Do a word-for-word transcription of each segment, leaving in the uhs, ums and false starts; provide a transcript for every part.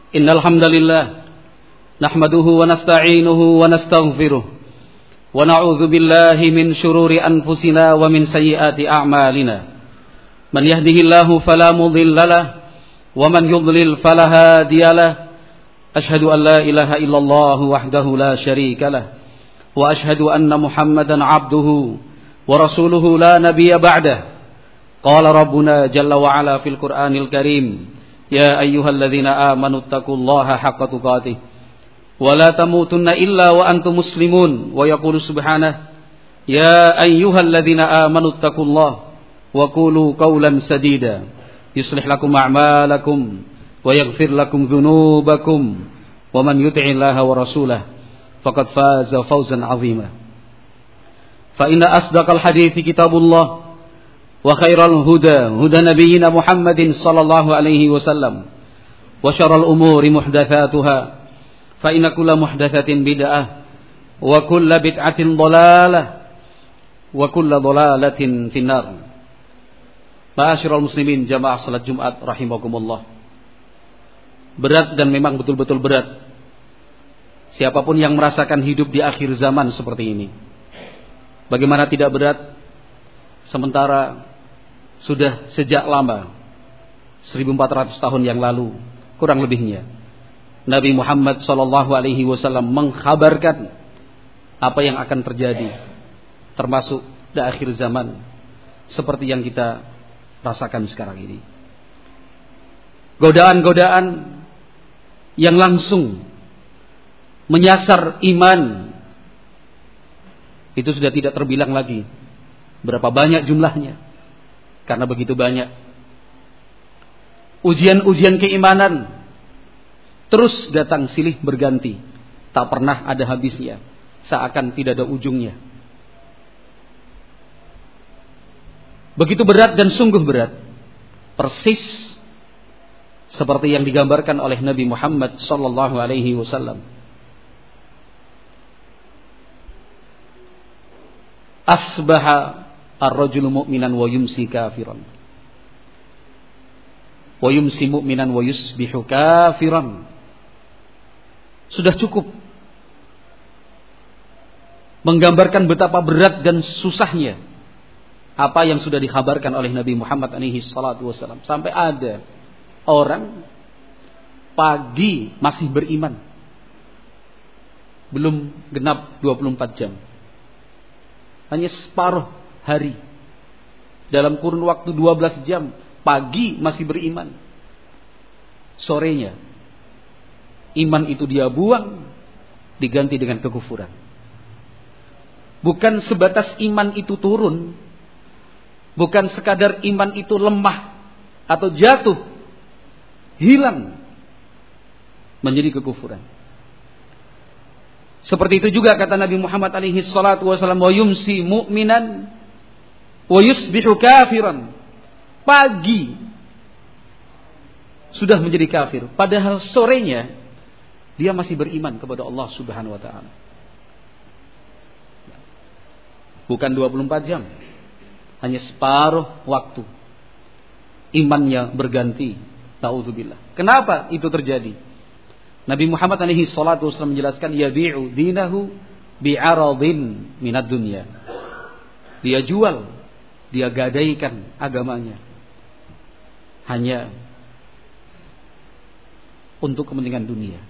Innal hamdalillah nahmaduhu wa nasta'inuhu wa nastaghfiruh wa na'udzu billahi min shururi anfusina wa min sayyiati a'malina. Man yahdihillahu fala mudilla lahu wa man yudlil fala hadiya lahu. Ashhadu an la ilaha illallah wahdahu la syarika lahu wa ashhadu anna Muhammadan 'abduhu wa rasuluhu la nabiyya ba'dahu. Qala rabbuna jalla wa 'ala fil Qur'anil Karim, ya ayyuhalladzina amanu taqullaha haqqa tuqatih wa la tamutunna illa wa antum muslimun. Wa yaqulu subhanahu, ya ayyuhalladzina amanu taqullaha wa qulu qawlan sadida yuslih lakum a'malakum wa yaghfir lakum dhunubakum wa man yuti'illaha wa rasulahu faqad faza fawzan 'azima. Fa inna asdaqal hadithi kitabullah wa khairal huda huda nabiyyina Muhammadin sallallahu alaihi wasallam wa syarrul umuri muhdatsatuha fa inna kulla muhdatsatin bid'ah wa kulla bid'atin dhalalah wa kulla dhalalatin finnar. Ma'asyiral muslimin jamaah salat Jumat rahimakumullah. Berat dan memang betul-betul berat siapapun yang merasakan hidup di akhir zaman seperti ini. Bagaimana tidak berat sementara sudah sejak lama, seribu empat ratus tahun yang lalu kurang lebihnya, Nabi Muhammad sallallahu alaihi wasallam mengkhabarkan apa yang akan terjadi termasuk di akhir zaman seperti yang kita rasakan sekarang ini. Godaan-godaan yang langsung menyasar iman itu sudah tidak terbilang lagi berapa banyak jumlahnya. Karena begitu banyak ujian-ujian keimanan terus datang silih berganti, tak pernah ada habisnya, seakan tidak ada ujungnya. Begitu berat dan sungguh berat, persis seperti yang digambarkan oleh Nabi Muhammad sallallahu alaihi wasallam. Asbaha ar-rajulu mu'minan wa yumsi kafiran wa yumsi mu'minan wa yusbihu kafiran. Sudah cukup menggambarkan betapa berat dan susahnya apa yang sudah dikhabarkan oleh Nabi Muhammad alaihi salatu wasallam. Sampai ada orang pagi masih beriman, belum genap dua puluh empat jam, hanya separuh hari, dalam kurun waktu dua belas jam, pagi masih beriman, sorenya iman itu dia buang, diganti dengan kekufuran. Bukan sebatas iman itu turun, bukan sekadar iman itu lemah atau jatuh, hilang menjadi kekufuran. Seperti itu juga kata Nabi Muhammad alaihi salatu wasallam, wa yumsi mu'minan wa yusbihu kafiran. Pagi sudah menjadi kafir, padahal sorenya dia masih beriman kepada Allah Subhanahu wa taala. Bukan dua puluh empat jam, hanya separuh waktu imannya berganti. Ta'udzubillah. Kenapa itu terjadi? Nabi Muhammad alaihi salatu wasallam menjelaskan, yabi'u dinahu bi'aradin minad dunya. Dia jual, dia gadaikan agamanya hanya untuk kepentingan dunia.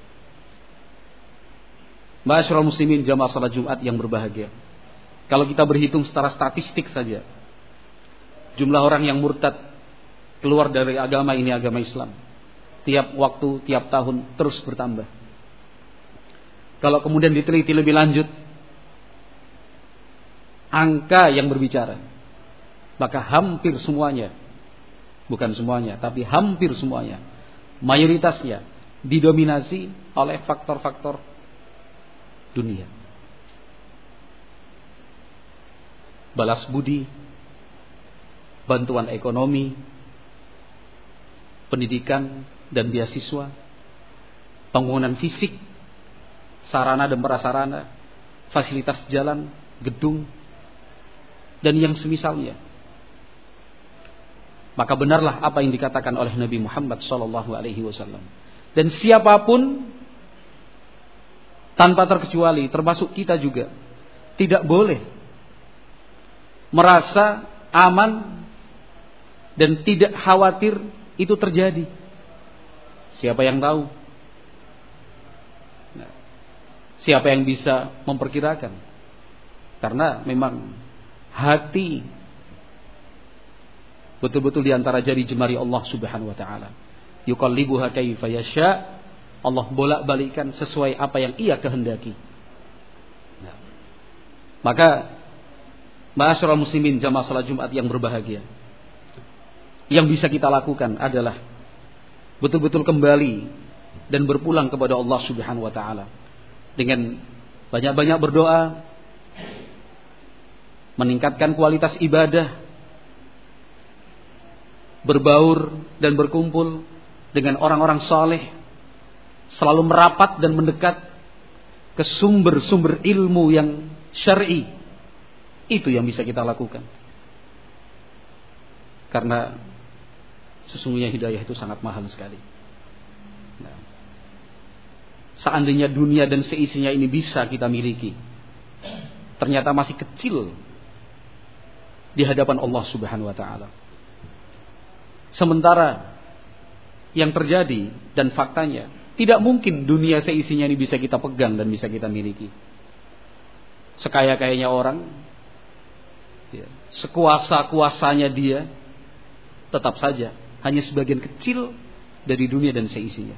Ma'asyiral muslimin jamaah salat Jumat yang berbahagia. Kalau kita berhitung secara statistik saja, jumlah orang yang murtad keluar dari agama ini, agama Islam, tiap waktu, tiap tahun terus bertambah. Kalau kemudian diteliti lebih lanjut angka yang berbicara, maka hampir semuanya, bukan semuanya, tapi hampir semuanya, mayoritasnya didominasi oleh faktor-faktor dunia. Balas budi, bantuan ekonomi, pendidikan dan beasiswa, pembangunan fisik, sarana dan prasarana, fasilitas jalan, gedung, dan yang semisalnya. Maka benarlah apa yang dikatakan oleh Nabi Muhammad sallallahu alaihi wasallam, Dan siapapun tanpa terkecuali, termasuk kita juga, tidak boleh merasa aman dan tidak khawatir itu terjadi. Siapa yang tahu? Nah, siapa yang bisa memperkirakan? Karena memang hati betul-betul di antara jari jemari Allah Subhanahu wa taala. Yuqallibuha kaifa yasha. Allah bolak-balikkan sesuai apa yang Ia kehendaki. Nah, maka ma'asyiral muslimin jamaah salat Jumat yang berbahagia, yang bisa kita lakukan adalah betul-betul kembali dan berpulang kepada Allah Subhanahu wa taala dengan banyak-banyak berdoa, meningkatkan kualitas ibadah, berbaur dan berkumpul dengan orang-orang saleh, selalu merapat dan mendekat ke sumber-sumber ilmu yang syar'i. Itu yang bisa kita lakukan. Karena sesungguhnya hidayah itu sangat mahal sekali. Nah, seandainya dunia dan seisinya ini bisa kita miliki, ternyata masih kecil di hadapan Allah Subhanahu wa taala. Sementara yang terjadi dan faktanya, tidak mungkin dunia seisinya ini bisa kita pegang dan bisa kita miliki. Sekaya-kayanya orang, ya, sekuasa-kuasanya dia, tetap saja hanya sebagian kecil dari dunia dan seisinya.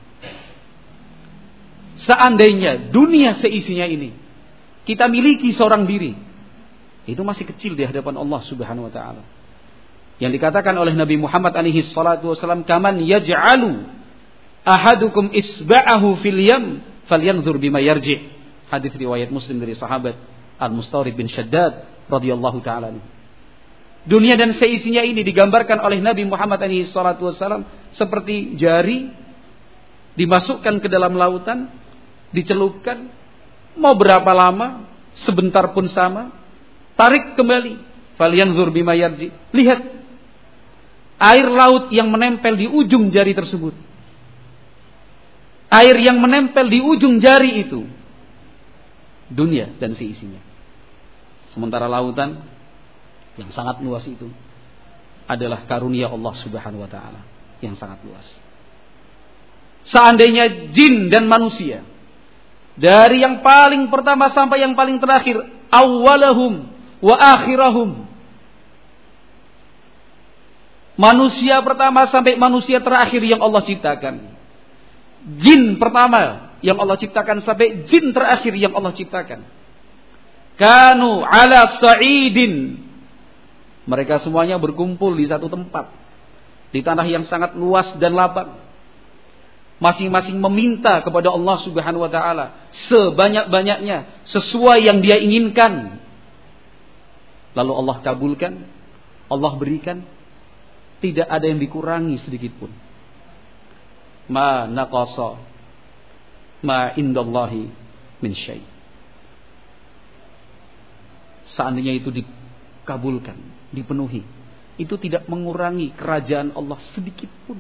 Seandainya dunia seisinya ini kita miliki seorang diri, itu masih kecil di hadapan Allah Subhanahu wa taala. Yang dikatakan oleh Nabi Muhammad alaihi salatu wasallam, "Kaman yaj'alu ahadukum isba'ahu fil yam falyanzur bima yarji'." Hadis riwayat Muslim dari sahabat Al-Mustawrid bin Shaddad radhiyallahu taala. Dunia dan seisinya ini digambarkan oleh Nabi Muhammad alaihi salatu wasallam seperti jari dimasukkan ke dalam lautan, dicelupkan, mau berapa lama, sebentar pun sama, tarik kembali, falyanzur bima yarji'. Lihat air laut yang menempel di ujung jari tersebut. Air yang menempel di ujung jari itu dunia dan seisinya. Sementara lautan yang sangat luas itu adalah karunia Allah Subhanahu wa taala yang sangat luas. Seandainya jin dan manusia, dari yang paling pertama sampai yang paling terakhir, awwalahum wa akhirahum, manusia pertama sampai manusia terakhir yang Allah ciptakan, jin pertama yang Allah ciptakan sampai jin terakhir yang Allah ciptakan, kanu ala sa'idin, mereka semuanya berkumpul di satu tempat, di tanah yang sangat luas dan lapang, masing-masing meminta kepada Allah Subhanahu wa taala sebanyak-banyaknya sesuai yang dia inginkan. Lalu Allah kabulkan, Allah berikan, tidak ada yang dikurangi sedikit pun. Ma naqasa ma indallahi min syai'. Seandainya itu dikabulkan, dipenuhi, itu tidak mengurangi kerajaan Allah sedikit pun.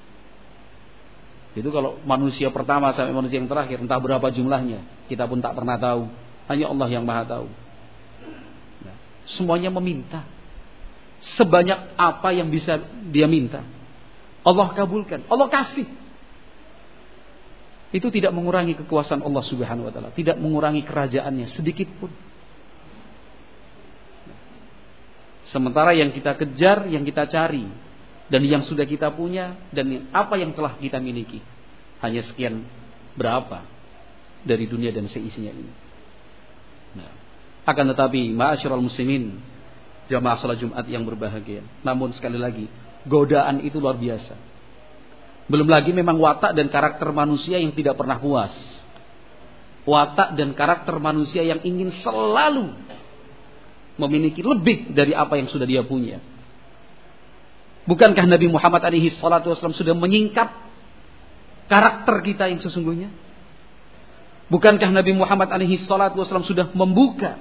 Itu kalau manusia pertama sampai manusia yang terakhir, entah berapa jumlahnya, kita pun tak pernah tahu. Hanya Allah yang Maha tahu. Nah, semuanya meminta sebanyak apa yang bisa dia minta, Allah kabulkan, Allah kasih. Itu tidak mengurangi kekuasaan Allah Subhanahu wa taala, tidak mengurangi kerajaannya sedikit pun. Sementara yang kita kejar, yang kita cari, dan yang sudah kita punya, dan apa yang telah kita miliki, hanya sekian berapa dari dunia dan seisinya ini. Nah, akan tetapi ma'asyiral muslimin, jamaah salat Jumat yang berbahagia, namun sekali lagi godaan itu luar biasa. Belum lagi memang watak dan karakter manusia yang tidak pernah puas, watak dan karakter manusia yang ingin selalu memiliki lebih dari apa yang sudah dia punya. Bukankah Nabi Muhammad alaihi salatu wasallam sudah menyingkap karakter kita yang sesungguhnya? Bukankah Nabi Muhammad alaihi salatu wasallam sudah membuka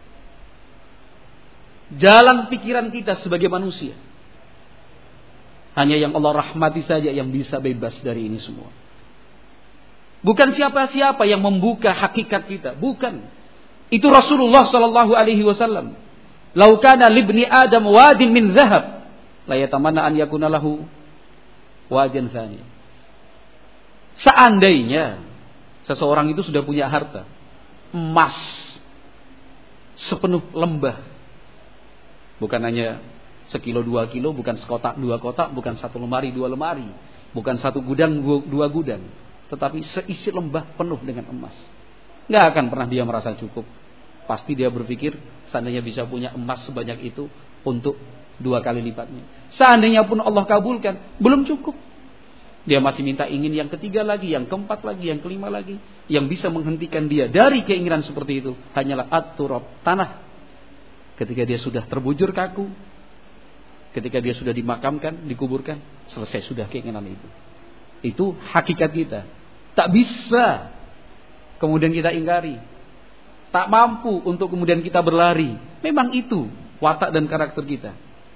jalan pikiran kita sebagai manusia? Hanya yang Allah rahmati saja yang bisa bebas dari ini semua. Bukan siapa-siapa yang membuka hakikat kita, bukan. Itu Rasulullah sallallahu alaihi wasallam. Lau kana libni Adam wadin min zahab, la yatamanna an yakuna lahu wadin tsani. Seandainya seseorang itu sudah punya harta emas sepenuh lembah, bukan hanya sekilo dua kilo, bukan sekotak dua kotak, bukan satu lemari dua lemari, bukan satu gudang dua, dua gudang, tetapi seisi lembah penuh dengan emas, nggak akan pernah dia merasa cukup. Pasti dia berpikir seandainya bisa punya emas sebanyak itu untuk dua kali lipatnya. Seandainya pun Allah kabulkan, belum cukup. Dia masih minta ingin yang ketiga lagi, yang keempat lagi, yang kelima lagi. Yang bisa menghentikan dia dari keinginan seperti itu hanyalah at-turab, tanah. Ketika dia sudah terbujur kaku, ketika dia sudah dimakamkan, dikuburkan, selesai sudah keinginan itu. Itu hakikat kita. Tak bisa kemudian kita ingkari. Tak mampu untuk kemudian kita berlari. Memang itu watak dan karakter kita.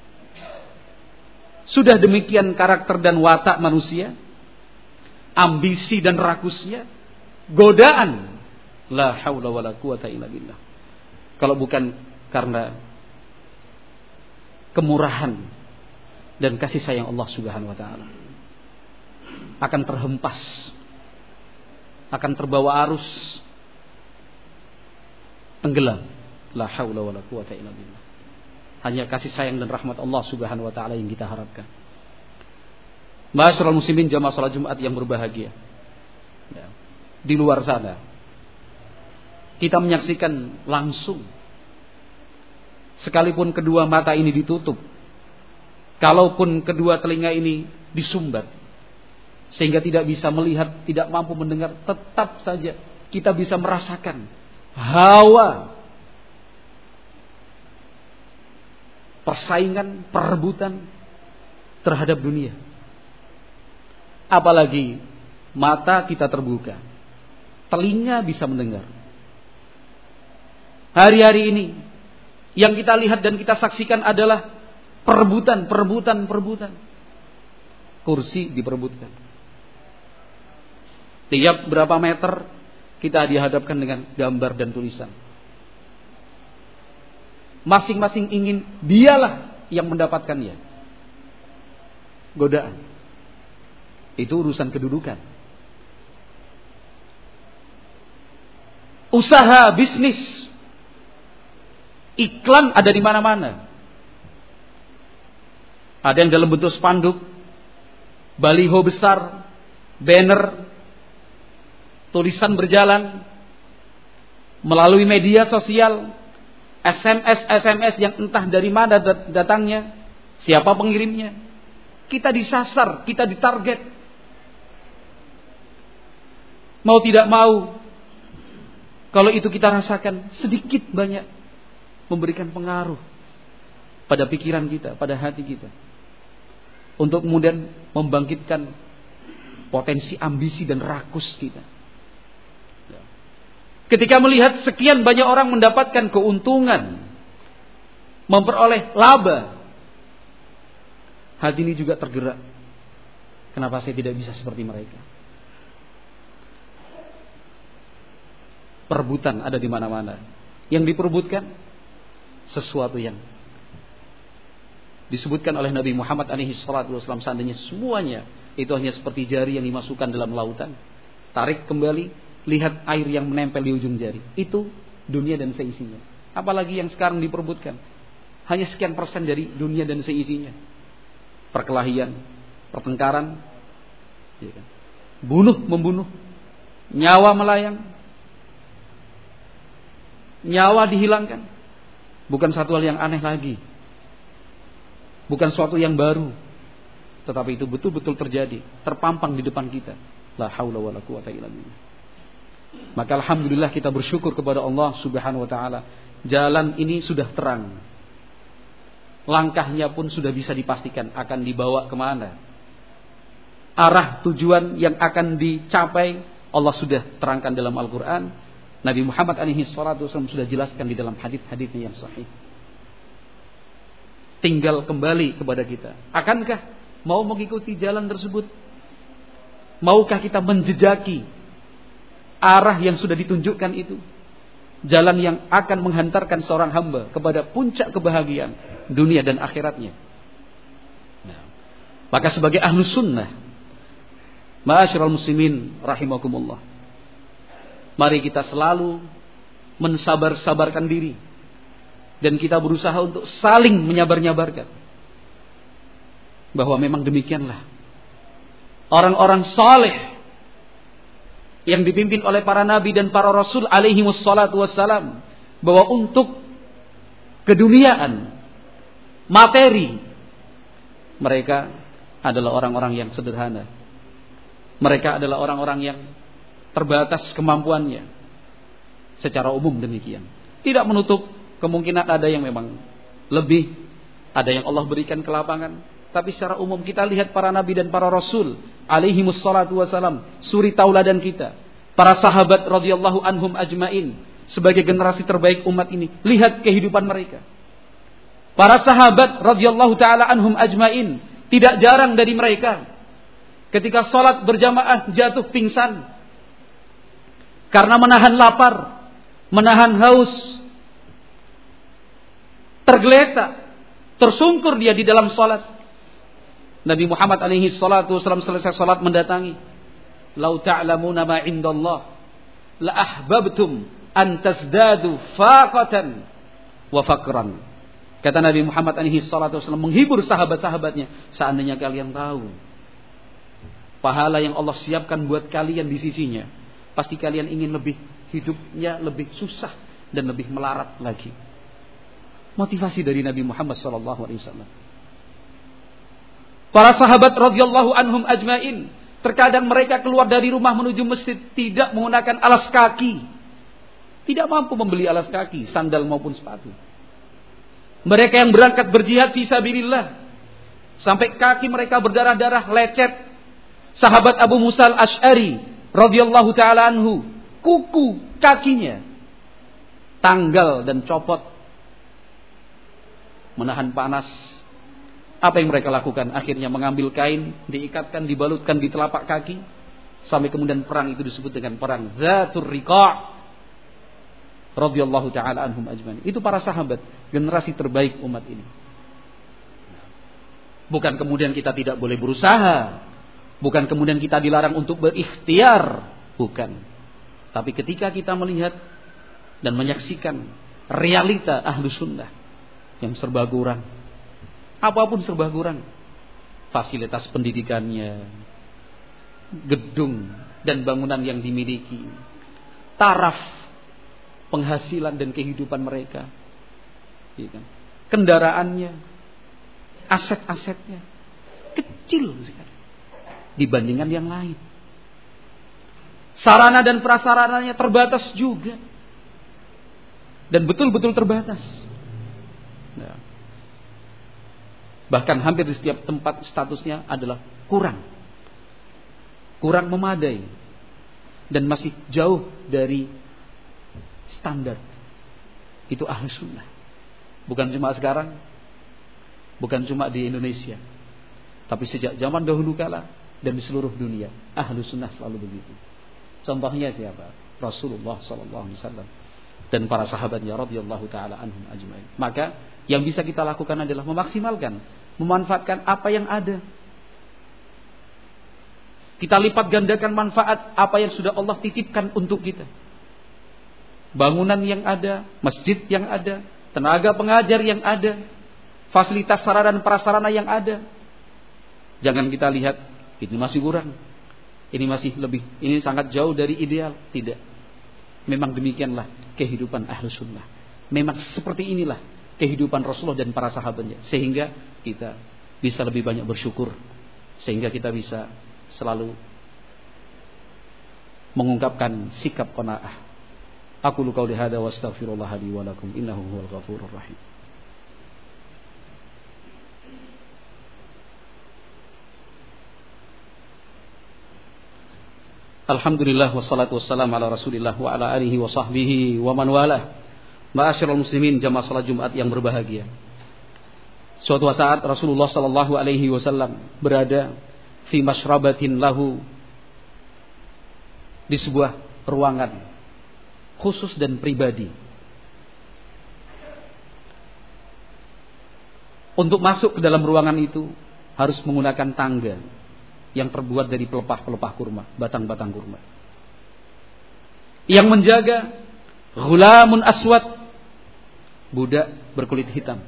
Sudah demikian karakter dan watak manusia, ambisi dan rakusnya, godaan, la haula wala quwata illa billah. Kalau bukan karena kemurahan dan kasih sayang Allah Subhanahu wa taala, akan terhempas, akan terbawa arus, tenggelam. La haula wala quwata illa billah. Hanya kasih sayang dan rahmat Allah Subhanahu wa taala yang kita harapkan. Ma'asyiral muslimin jamaah salat Jumat yang berbahagia. Ya. Di luar sana kita menyaksikan langsung, sekalipun kedua mata ini ditutup, kalaupun kedua telinga ini disumbat sehingga tidak bisa melihat, tidak mampu mendengar, tetap saja kita bisa merasakan hawa, persaingan, perebutan terhadap dunia. Apalagi mata kita terbuka, telinga bisa mendengar. Hari-hari ini yang kita lihat dan kita saksikan adalah perebutan, perebutan, perebutan. Kursi diperebutkan. Tiap berapa meter kita dihadapkan dengan gambar dan tulisan. Masing-masing ingin dialah yang mendapatkannya. Godaan. Itu urusan kedudukan. Usaha, bisnis, iklan ada di mana-mana. Ada yang dalam bentuk spanduk, baliho besar, banner, tulisan berjalan melalui media sosial, S M S S M S yang entah dari mana datangnya, siapa pengirimnya. Kita disasar, kita ditarget. Mau tidak mau, kalau itu kita rasakan sedikit banyak memberikan pengaruh pada pikiran kita, pada hati kita, untuk kemudian membangkitkan potensi ambisi dan rakus kita. Ketika melihat sekian banyak orang mendapatkan keuntungan, memperoleh laba, hati ini juga tergerak. Kenapa saya tidak bisa seperti mereka? Perebutan ada di mana-mana. Yang diperebutkan sesuatu yang disebutkan oleh Nabi Muhammad alaihi salatu wasallam, seandainya semuanya itu hanya seperti jari yang dimasukkan dalam lautan, tarik kembali, lihat air yang menempel di ujung jari. Itu dunia dan seisinya. Apalagi yang sekarang diperebutkan, hanya sekian persen dari dunia dan seisinya. Perkelahian, pertengkaran, ya kan? Bunuh membunuh, nyawa melayang, nyawa dihilangkan. Bukan satu hal yang aneh lagi, bukan suatu yang baru, tetapi itu betul-betul terjadi, terpampang di depan kita. La haula wala quwata illa billah. Maka alhamdulillah kita bersyukur kepada Allah Subhanahu wa taala. Jalan ini sudah terang. Langkahnya pun sudah bisa dipastikan akan dibawa kemana. Arah tujuan yang akan dicapai Allah sudah terangkan dalam Al-Quran. Nabi Muhammad alaihi salatu wasallam sudah jelaskan di dalam hadis-hadisnya yang sahih. Tinggal kembali kepada kita. Akankah Mau mengikuti jalan tersebut? Maukah kita menjejaki arah yang sudah ditunjukkan itu? Jalan yang akan menghantarkan seorang hamba kepada puncak kebahagiaan dunia dan akhiratnya. Nah, maka sebagai ahlus sunnah, ma'asyiral muslimin rahimakumullah, mari kita selalu mensabar-sabarkan diri dan kita berusaha untuk saling menyabar-nyabarkan bahwa memang demikianlah orang-orang saleh yang dipimpin oleh para nabi dan para rasul alaihi wassalatu wassalam, bahwa untuk keduniaan, materi, mereka adalah orang-orang yang sederhana. Mereka adalah orang-orang yang terbatas kemampuannya. Secara umum demikian. Tidak menutup kemungkinan ada yang memang lebih, ada yang Allah berikan kelapangan. Tapi secara umum kita lihat para nabi dan para rasul alaihi wassalatu wassalam, suri tauladan kita, para sahabat radhiyallahu anhum ajmain, sebagai generasi terbaik umat ini. Lihat kehidupan mereka. Para sahabat radhiyallahu taala anhum ajmain, tidak jarang dari mereka ketika salat berjamaah jatuh pingsan karena menahan lapar, menahan haus, tergeletak, tersungkur dia di dalam salat. Nabi Muhammad alaihi salatu wasallam selesai salat mendatangi. Lau ta'lamuna ma indallah la ahbabtum an tazdadu faqatan wa faqran. Kata Nabi Muhammad alaihi salatu wasallam menghibur sahabat-sahabatnya, seandainya kalian tahu pahala yang Allah siapkan buat kalian di sisinya, pasti kalian ingin lebih hidupnya lebih susah dan lebih melarat lagi. Motivasi dari Nabi Muhammad sallallahu alaihi wasallam. Para sahabat radhiyallahu anhum ajmain, terkadang mereka keluar dari rumah menuju masjid tidak menggunakan alas kaki. Tidak mampu membeli alas kaki, sandal maupun sepatu. Mereka yang berangkat berjihad fisabilillah, sampai kaki mereka berdarah-darah, lecet. Sahabat Abu Musa al-Asy'ari radhiyallahu taala anhu, kuku kakinya tanggal dan copot menahan panas. Apa yang mereka lakukan? Akhirnya mengambil kain, diikatkan, dibalutkan di telapak kaki, sampai kemudian perang itu disebut dengan perang Dzatur Riqa' radhiyallahu taala anhum ajmain. Itu para sahabat, generasi terbaik umat ini. Bukan kemudian kita tidak boleh berusaha, bukan kemudian kita dilarang untuk berikhtiar, bukan. Tapi ketika kita melihat dan menyaksikan realita ahlu sunnah yang serba kurang, apapun serba kurang, fasilitas pendidikannya, gedung dan bangunan yang dimiliki, taraf penghasilan dan kehidupan mereka, kendaraannya, aset-asetnya kecil sekali dibandingkan yang lain. Sarana dan prasarananya terbatas juga, dan betul-betul terbatas. Nah, bahkan hampir di setiap tempat statusnya adalah kurang. Kurang memadai. Dan masih jauh dari standar. Itu ahli sunnah. Bukan cuma sekarang. Bukan cuma di Indonesia. Tapi sejak zaman dahulu kala dan di seluruh dunia, ahli sunnah selalu begitu. Contohnya siapa? Rasulullah sallallahu alaihi wasallam dan para sahabatnya radhiyallahu taala anhum ajmain. Maka yang bisa kita lakukan adalah memaksimalkan, memanfaatkan apa yang ada. Kita lipat gandakan manfaat apa yang sudah Allah titipkan untuk kita. Bangunan yang ada, masjid yang ada, tenaga pengajar yang ada, fasilitas sarana dan prasarana yang ada. Jangan kita lihat ini masih kurang, ini masih lebih, ini sangat jauh dari ideal. Tidak. Memang demikianlah kehidupan ahlu sunnah. Memang seperti inilah kehidupan Rasulullah dan para sahabatnya, sehingga kita bisa lebih banyak bersyukur, sehingga kita bisa selalu mengungkapkan sikap qanaah. Aqulu qouli hadza wa astaghfirullah li wa lakum innahu huwal ghafurur rahim. Alhamdulillah wassalatu wassalamu ala Rasulillah wa ala alihi wa sahbihi wa man walah. Ma'asyiral muslimin, jamaah salat Jumat yang berbahagia. Suatu saat Rasulullah sallallahu alaihi wasallam berada fi masyrabatin lahu, di sebuah ruangan khusus dan pribadi. Untuk masuk ke dalam ruangan itu harus menggunakan tangga yang terbuat dari pelepah-pelepah kurma, batang-batang kurma. Yang menjaga ghulamun aswad, budak berkulit hitam.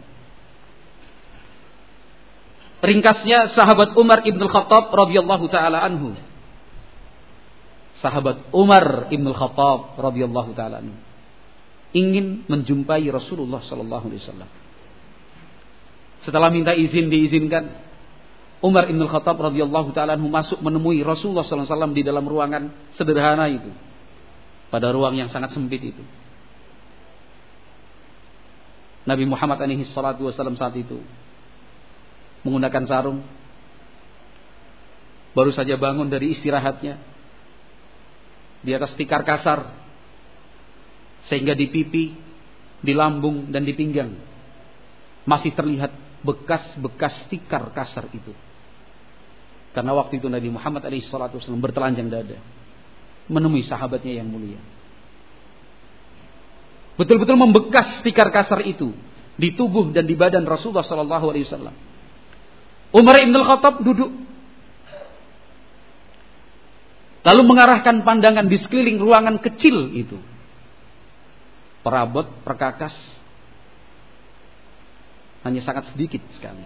Ringkasnya sahabat Umar ibn Khattab radhiyallahu taala anhu. Sahabat Umar ibn Khattab radhiyallahu taala anhu ingin menjumpai Rasulullah sallallahu alaihi wasallam. Setelah minta izin diizinkan, Umar ibn Khattab radhiyallahu taala anhu masuk menemui Rasulullah sallallahu alaihi wasallam di dalam ruangan sederhana itu. Pada ruang yang sangat sempit itu. Nabi Muhammad alaihi salatu wasallam saat itu menggunakan sarung, baru saja bangun dari istirahatnya, di atas tikar kasar, sehingga di pipi, di lambung dan di pinggang masih terlihat bekas-bekas tikar kasar itu. Karena waktu itu Nabi Muhammad alaihi salatu wasallam bertelanjang dada menemui sahabatnya yang mulia. Betul-betul membekas tikar kasar itu di tubuh dan di badan Rasulullah sallallahu alaihi wasallam. Umar ibn Khattab duduk, lalu mengarahkan pandangan di sekeliling ruangan kecil itu. Perabot, perkakas hanya sangat sedikit sekali.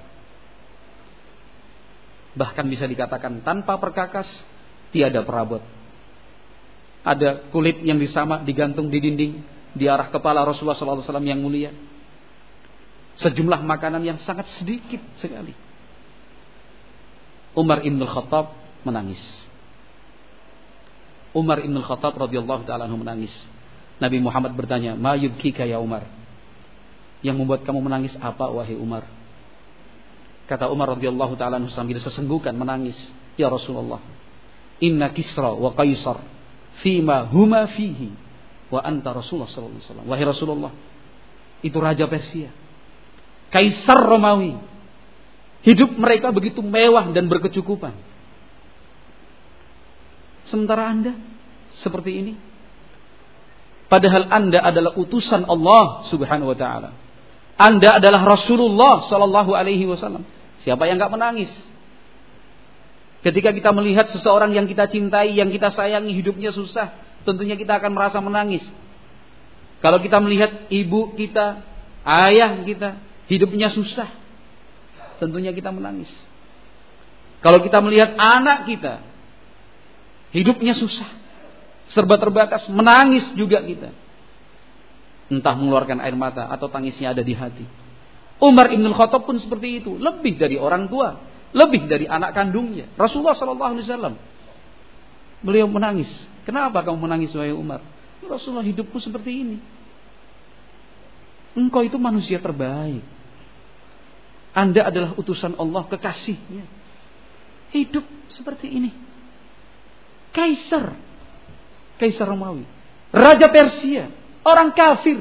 Bahkan bisa dikatakan tanpa perkakas tiada perabot. Ada kulit yang disamak digantung di dinding di arah kepala Rasulullah sallallahu alaihi wasallam yang mulia. Sejumlah makanan yang sangat sedikit sekali. Umar ibn Khattab menangis. Umar ibn Khattab radhiyallahu taala anhu menangis. Nabi Muhammad bertanya, "Ma yubkika ya Umar?" Yang membuat kamu menangis apa wahai Umar? Kata Umar radhiyallahu taala anhu sambil sesenggukan menangis, "Ya Rasulullah, inna Kisra wa Qaisar fima huma fihi wa anta Rasulullah sallallahu alaihi wasallam." Wahai Rasulullah, itu raja Persia, Kaisar Romawi. Hidup mereka begitu mewah dan berkecukupan. Sementara Anda seperti ini. Padahal Anda adalah utusan Allah Subhanahu wa taala. Anda adalah Rasulullah sallallahu alaihi wasallam. Siapa yang enggak menangis? Ketika kita melihat seseorang yang kita cintai, yang kita sayangi hidupnya susah, tentunya kita akan merasa menangis. Kalau kita melihat ibu kita, ayah kita hidupnya susah, tentunya kita menangis. Kalau kita melihat anak kita hidupnya susah, serba terbatas, menangis juga kita. Entah mengeluarkan air mata atau tangisnya ada di hati. Umar ibn Khattab pun seperti itu, lebih dari orang tua, lebih dari anak kandungnya, Rasulullah sallallahu alaihi wasallam. Beliau menangis. Kenapa kamu menangis wahai Umar? Rasulullah, hidupku seperti ini. Engkau itu manusia terbaik. Anda adalah utusan Allah, kekasihnya. Hidup seperti ini. Kaisar. Kaisar Romawi. Raja Persia. Orang kafir.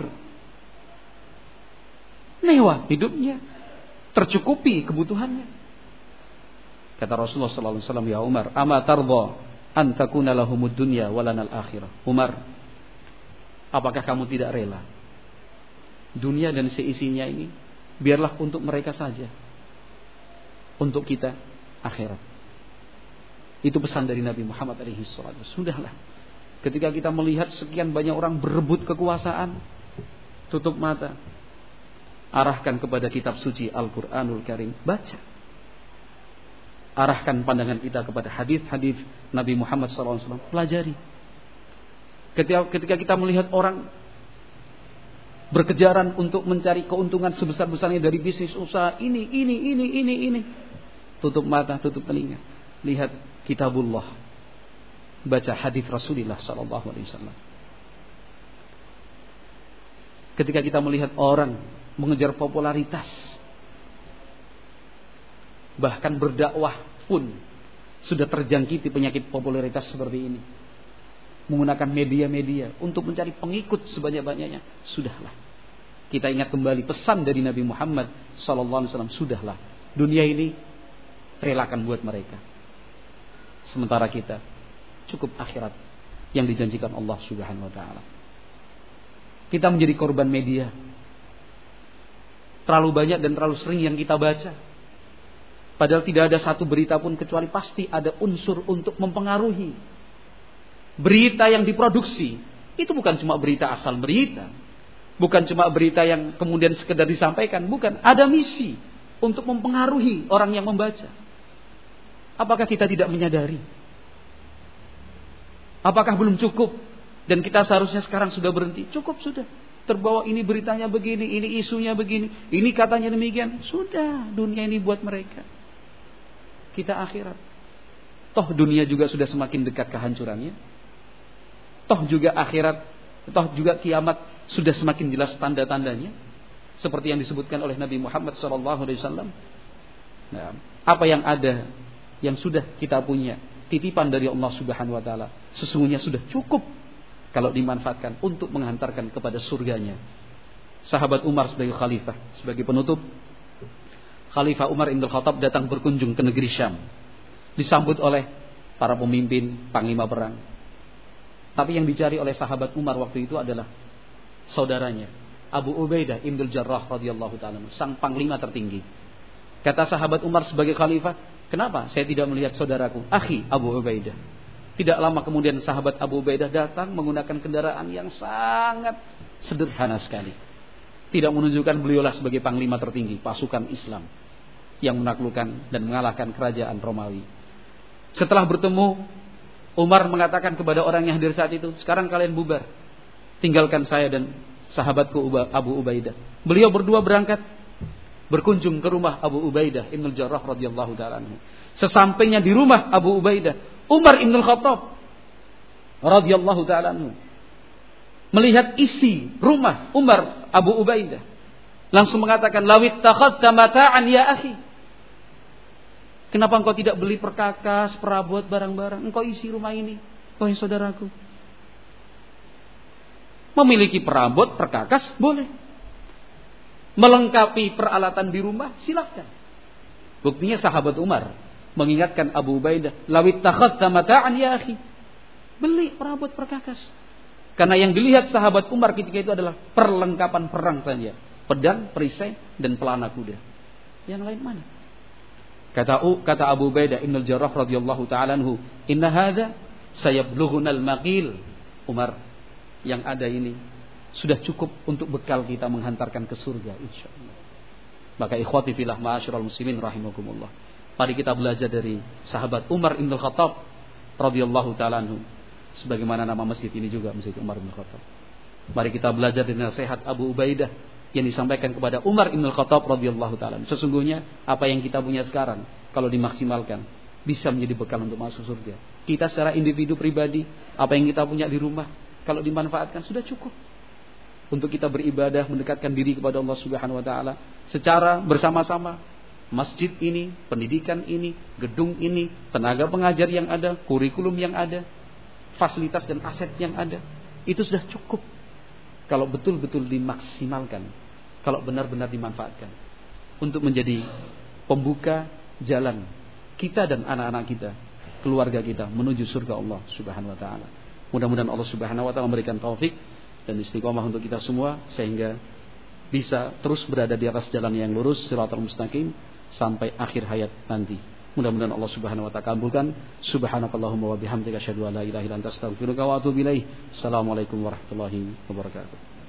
Mewah hidupnya. Tercukupi kebutuhannya. Kata Rasulullah sallallahu alaihi wasallam, "Ya Umar, ama tardha an takuna lahumud dunya walanal akhirah." Umar, apakah kamu tidak rela dunia dan seisinya ini biarlah untuk mereka saja, untuk kita akhirat? Itu pesan dari Nabi Muhammad alaihi salatu. Sudahlah, ketika kita melihat sekian banyak orang berebut kekuasaan, tutup mata, arahkan kepada kitab suci Al-Quranul Karim, baca. Arahkan pandangan kita kepada hadis-hadis Nabi Muhammad sallallahu alaihi wasallam, pelajari. Ketika, ketika kita melihat orang berkejaran untuk mencari keuntungan sebesar-besarnya dari bisnis usaha ini, ini, ini, ini, ini, tutup mata, tutup telinga, lihat kitabullah, baca hadis Rasulullah sallallahu alaihi wasallam. Ketika kita melihat orang mengejar popularitas, bahkan berdakwah pun sudah terjangkiti penyakit popularitas seperti ini, menggunakan media-media untuk mencari pengikut sebanyak-banyaknya, sudahlah, kita ingat kembali pesan dari Nabi Muhammad sallallahu alaihi wasallam, sudahlah, dunia ini relakan buat mereka. Sementara kita cukup akhirat yang dijanjikan Allah Subhanahu wa taala. Kita menjadi korban media. Terlalu banyak dan terlalu sering yang kita baca. Padahal tidak ada satu berita pun kecuali pasti ada unsur untuk mempengaruhi. Berita yang diproduksi itu bukan cuma berita asal berita, bukan cuma berita yang kemudian sekedar disampaikan, bukan. Ada misi untuk mempengaruhi orang yang membaca. Apakah kita tidak menyadari? Apakah belum cukup? Dan kita seharusnya sekarang sudah berhenti. Cukup sudah. Terbawa ini beritanya begini, ini isunya begini, ini katanya demikian. Sudah, dunia ini buat mereka. Kita akhirat. Toh dunia juga sudah semakin dekat kehancurannya. Toh juga akhirat, toh juga kiamat sudah semakin jelas tanda-tandanya. Seperti yang disebutkan oleh Nabi Muhammad shallallahu alaihi wasallam. Nah, apa yang ada, yang sudah kita punya, titipan dari Allah Subhanahu wa taala, sesungguhnya sudah cukup kalau dimanfaatkan untuk menghantarkan kepada surganya. Sahabat Umar sebagai khalifah, sebagai penutup, Khalifah Umar Ibn Khattab datang berkunjung ke negeri Syam, disambut oleh para pemimpin, panglima perang. Tapi yang dicari oleh sahabat Umar waktu itu adalah saudaranya, Abu Ubaidah Ibn Jarrah radhiyallahu ta'ala, sang panglima tertinggi. Kata sahabat Umar sebagai khalifah, kenapa saya tidak melihat saudaraku, akhi Abu Ubaidah? Tidak lama kemudian sahabat Abu Ubaidah datang menggunakan kendaraan yang sangat sederhana sekali. Tidak menunjukkan beliaulah sebagai panglima tertinggi pasukan Islam yang menaklukkan dan mengalahkan kerajaan Romawi. Setelah bertemu, Umar mengatakan kepada orang yang hadir saat itu, sekarang kalian bubar, tinggalkan saya dan sahabatku Abu Ubaidah. Beliau berdua berangkat berkunjung ke rumah Abu Ubaidah Ibn Jarrah radhiyallahu ta'ala anhu. Sesampainya di rumah Abu Ubaidah, Umar Ibn Khattab radhiyallahu ta'ala anhu melihat isi rumah Umar Abu Ubaidah, langsung mengatakan, lawit takhadta mata'an ya akhi. Kenapa engkau tidak beli perkakas, perabot, barang-barang, engkau isi rumah ini, wahai saudaraku. Memiliki perabot, perkakas, boleh. Melengkapi peralatan di rumah, silahkan. Buktinya sahabat Umar mengingatkan Abu Ubaidah, lawit takhadta mata'an ya akhi. Beli perabot, perkakas. Karena yang dilihat sahabat Umar ketika itu adalah perlengkapan perang saja, pedang, perisai, dan pelana kuda. Yang lain mana? Kata kata Abu Ubaidah Ibn Jarrah radhiyallahu ta'ala anhu, inna hadza sayablughunal maqil. Umar, yang ada ini sudah cukup untuk bekal kita menghantarkan ke surga insyaallah. Maka ikhwati fillah ma'asyiral muslimin rahimakumullah, mari kita belajar dari sahabat Umar Ibn Khattab radhiyallahu ta'ala anhu. Sebagaimana nama masjid ini juga Masjid Umar Ibn Khattab. Mari kita belajar dari nasihat Abu Ubaidah yang disampaikan kepada Umar Ibn Khattab radhiyallahu ta'ala. Sesungguhnya apa yang kita punya sekarang kalau dimaksimalkan bisa menjadi bekal untuk masuk surga. Kita secara individu pribadi, apa yang kita punya di rumah kalau dimanfaatkan sudah cukup untuk kita beribadah, mendekatkan diri kepada Allah Subhanahu wa taala secara bersama-sama. Masjid ini, pendidikan ini, gedung ini, tenaga pengajar yang ada, kurikulum yang ada, fasilitas dan aset yang ada, itu sudah cukup kalau betul-betul dimaksimalkan, kalau benar-benar dimanfaatkan untuk menjadi pembuka jalan kita dan anak-anak kita, keluarga kita menuju surga Allah Subhanahu wa taala. Mudah-mudahan Allah Subhanahu wa taala memberikan taufik dan istiqomah untuk kita semua sehingga bisa terus berada di atas jalan yang lurus, shiratal mustaqim, sampai akhir hayat nanti. Mudah-mudahan Allah Subhanahu wa taala kabulkan. Subhanakallahumma wa bihamdika asyhadu an la ilaha illa anta astaghfiruka wa atubu ilaik. Assalamualaikum warahmatullahi wabarakatuh.